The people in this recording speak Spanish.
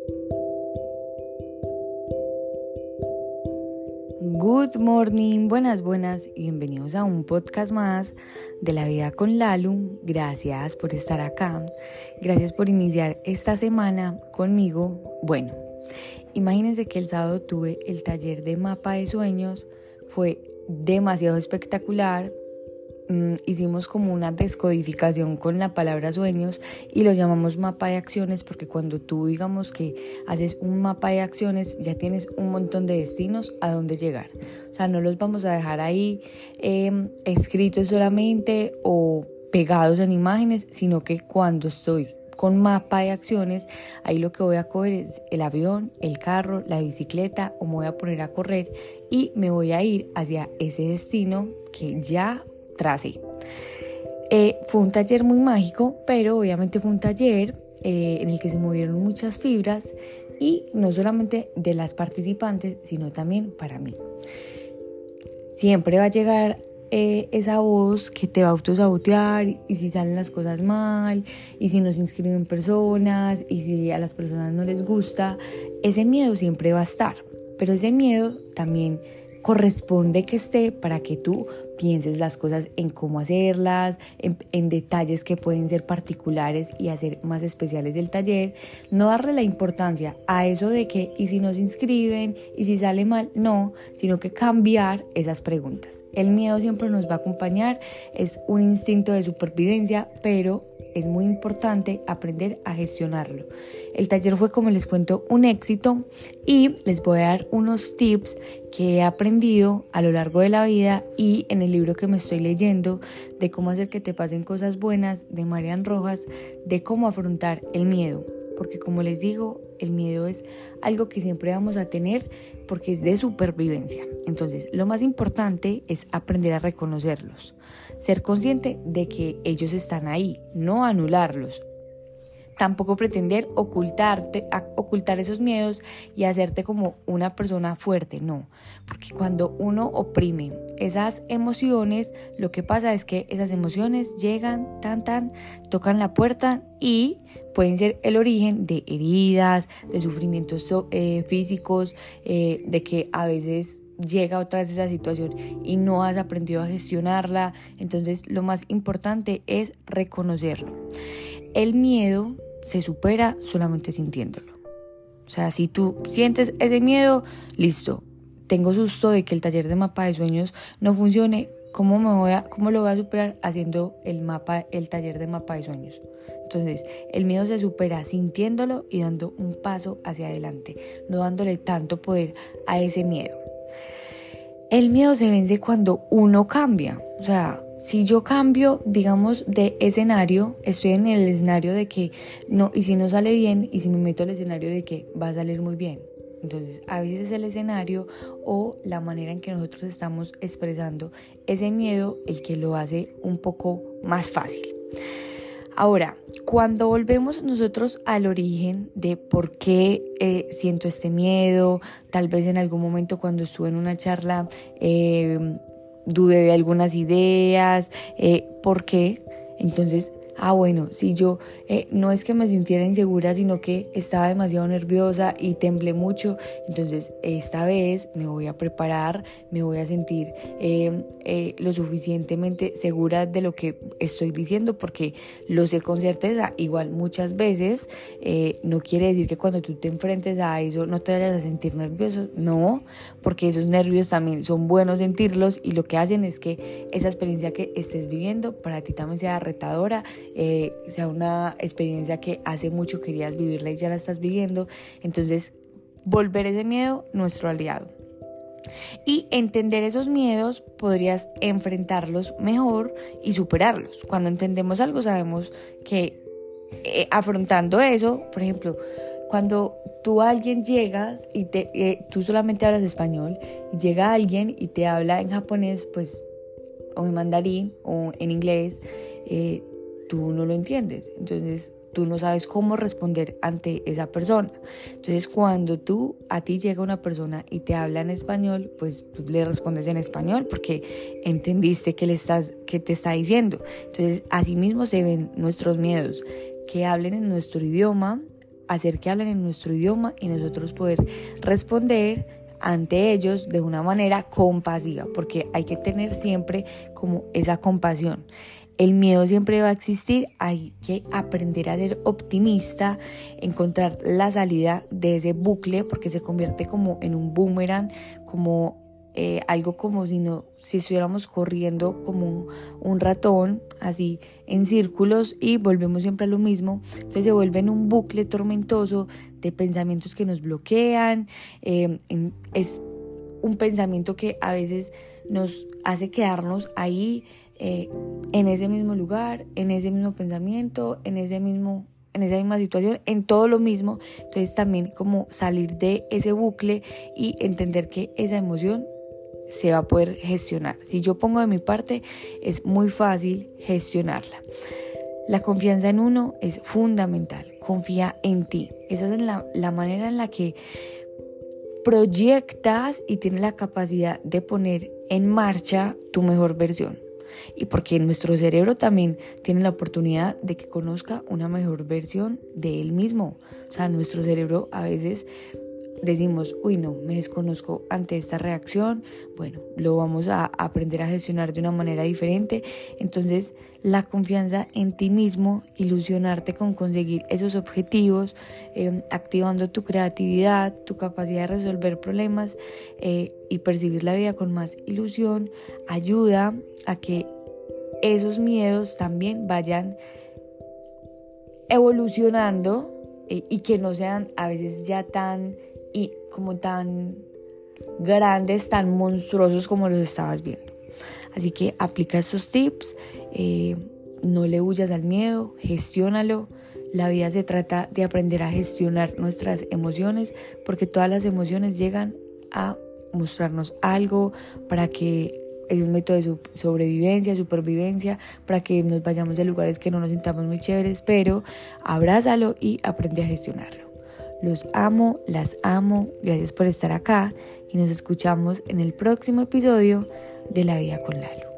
Good morning, buenas y bienvenidos a un podcast más de La Vida con Lalu. Gracias por estar acá, gracias por iniciar esta semana conmigo. Bueno, imagínense que el sábado tuve el taller de mapa de sueños, fue demasiado espectacular. Hicimos como una descodificación con la palabra sueños y lo llamamos mapa de acciones porque cuando tú digamos que haces un mapa de acciones ya tienes un montón de destinos a dónde llegar. O sea, no los vamos a dejar ahí escritos solamente o pegados en imágenes, sino que cuando estoy con mapa de acciones, ahí lo que voy a coger es el avión, el carro, la bicicleta o me voy a poner a correr y me voy a ir hacia ese destino que ya tracé. Fue un taller muy mágico, pero obviamente fue un taller en el que se movieron muchas fibras y no solamente de las participantes, sino también para mí. Siempre va a llegar esa voz que te va a autosabotear y si salen las cosas mal y si no se inscriben personas y si a las personas no les gusta, ese miedo siempre va a estar, pero ese miedo también corresponde que esté para que tú pienses las cosas en cómo hacerlas, en detalles que pueden ser particulares y hacer más especiales el taller. No darle la importancia a eso de que y si no se inscriben y si sale mal, no, sino que cambiar esas preguntas. El miedo siempre nos va a acompañar, es un instinto de supervivencia, pero es muy importante aprender a gestionarlo. El taller fue, como les cuento, un éxito y les voy a dar unos tips que he aprendido a lo largo de la vida y en el libro que me estoy leyendo de cómo hacer que te pasen cosas buenas de Marian Rojas, de cómo afrontar el miedo. Porque como les digo, el miedo es algo que siempre vamos a tener porque es de supervivencia. Entonces, lo más importante es aprender a reconocerlos, ser consciente de que ellos están ahí, no anularlos. Tampoco pretender ocultar esos miedos y hacerte como una persona fuerte, no. Porque cuando uno oprime esas emociones, lo que pasa es que esas emociones llegan, tocan la puerta y pueden ser el origen de heridas, de sufrimientos físicos, de que a veces llega otra vez esa situación y no has aprendido a gestionarla. Entonces, lo más importante es reconocerlo. El miedo se supera solamente sintiéndolo. O sea, si tú sientes ese miedo, listo, tengo susto de que el taller de mapa de sueños no funcione, ¿cómo lo voy a superar? Haciendo el taller de mapa de sueños. Entonces, el miedo se supera sintiéndolo y dando un paso hacia adelante, no dándole tanto poder a ese miedo. El miedo se vence cuando uno cambia. O sea, si yo cambio, digamos, de escenario, estoy en el escenario de que no, y si no sale bien, y si me meto al escenario de que va a salir muy bien. Entonces, a veces el escenario o la manera en que nosotros estamos expresando ese miedo, el que lo hace un poco más fácil. Ahora, cuando volvemos nosotros al origen de por qué siento este miedo, tal vez en algún momento cuando estuve en una charla dudé de algunas ideas, ¿por qué? Entonces, bueno, si yo no es que me sintiera insegura, sino que estaba demasiado nerviosa y temblé mucho, entonces esta vez me voy a preparar, me voy a sentir lo suficientemente segura de lo que estoy diciendo porque lo sé con certeza. Igual muchas veces no quiere decir que cuando tú te enfrentes a eso no te vayas a sentir nervioso, no, porque esos nervios también son buenos sentirlos y lo que hacen es que esa experiencia que estés viviendo para ti también sea retadora, sea una experiencia que hace mucho querías vivirla y ya la estás viviendo. Entonces, volver ese miedo nuestro aliado. Y entender esos miedos, podrías enfrentarlos mejor y superarlos. Cuando entendemos algo, sabemos que afrontando eso, por ejemplo, cuando tú a alguien llegas y tú solamente hablas español, y llega alguien y te habla en japonés, pues, o en mandarín o en inglés, tú no lo entiendes, entonces tú no sabes cómo responder ante esa persona. Entonces cuando a ti llega una persona y te habla en español, pues tú le respondes en español porque entendiste que te está diciendo. Entonces así mismo se ven nuestros miedos, que hablen en nuestro idioma, hacer que hablen en nuestro idioma y nosotros poder responder ante ellos de una manera compasiva, porque hay que tener siempre como esa compasión. El miedo siempre va a existir, hay que aprender a ser optimista, encontrar la salida de ese bucle, porque se convierte como en un boomerang, como algo como si estuviéramos corriendo como un ratón, así en círculos, y volvemos siempre a lo mismo. Entonces se vuelve en un bucle tormentoso de pensamientos que nos bloquean. Es un pensamiento que a veces nos hace quedarnos ahí, en ese mismo lugar, en ese mismo pensamiento, en esa misma situación, en todo lo mismo. Entonces también como salir de ese bucle y entender que esa emoción se va a poder gestionar. Si yo pongo de mi parte, es muy fácil gestionarla. La confianza en uno es fundamental. Confía en ti. Esa es la manera en la que proyectas y tienes la capacidad de poner en marcha tu mejor versión. Y porque nuestro cerebro también tiene la oportunidad de que conozca una mejor versión de él mismo. O sea, nuestro cerebro a veces decimos, no, me desconozco ante esta reacción. Bueno, lo vamos a aprender a gestionar de una manera diferente. Entonces, la confianza en ti mismo, ilusionarte con conseguir esos objetivos, activando tu creatividad, tu capacidad de resolver problemas y percibir la vida con más ilusión, ayuda a que esos miedos también vayan evolucionando y que no sean a veces ya tan grandes, tan monstruosos como los estabas viendo. Así que aplica estos tips, no le huyas al miedo, gestiónalo. La vida se trata de aprender a gestionar nuestras emociones, porque todas las emociones llegan a mostrarnos algo, para que es un método de sobrevivencia, supervivencia, para que nos vayamos de lugares que no nos sintamos muy chéveres, pero abrázalo y aprende a gestionarlo. Los amo, las amo, gracias por estar acá y nos escuchamos en el próximo episodio de La Vida con Lalu.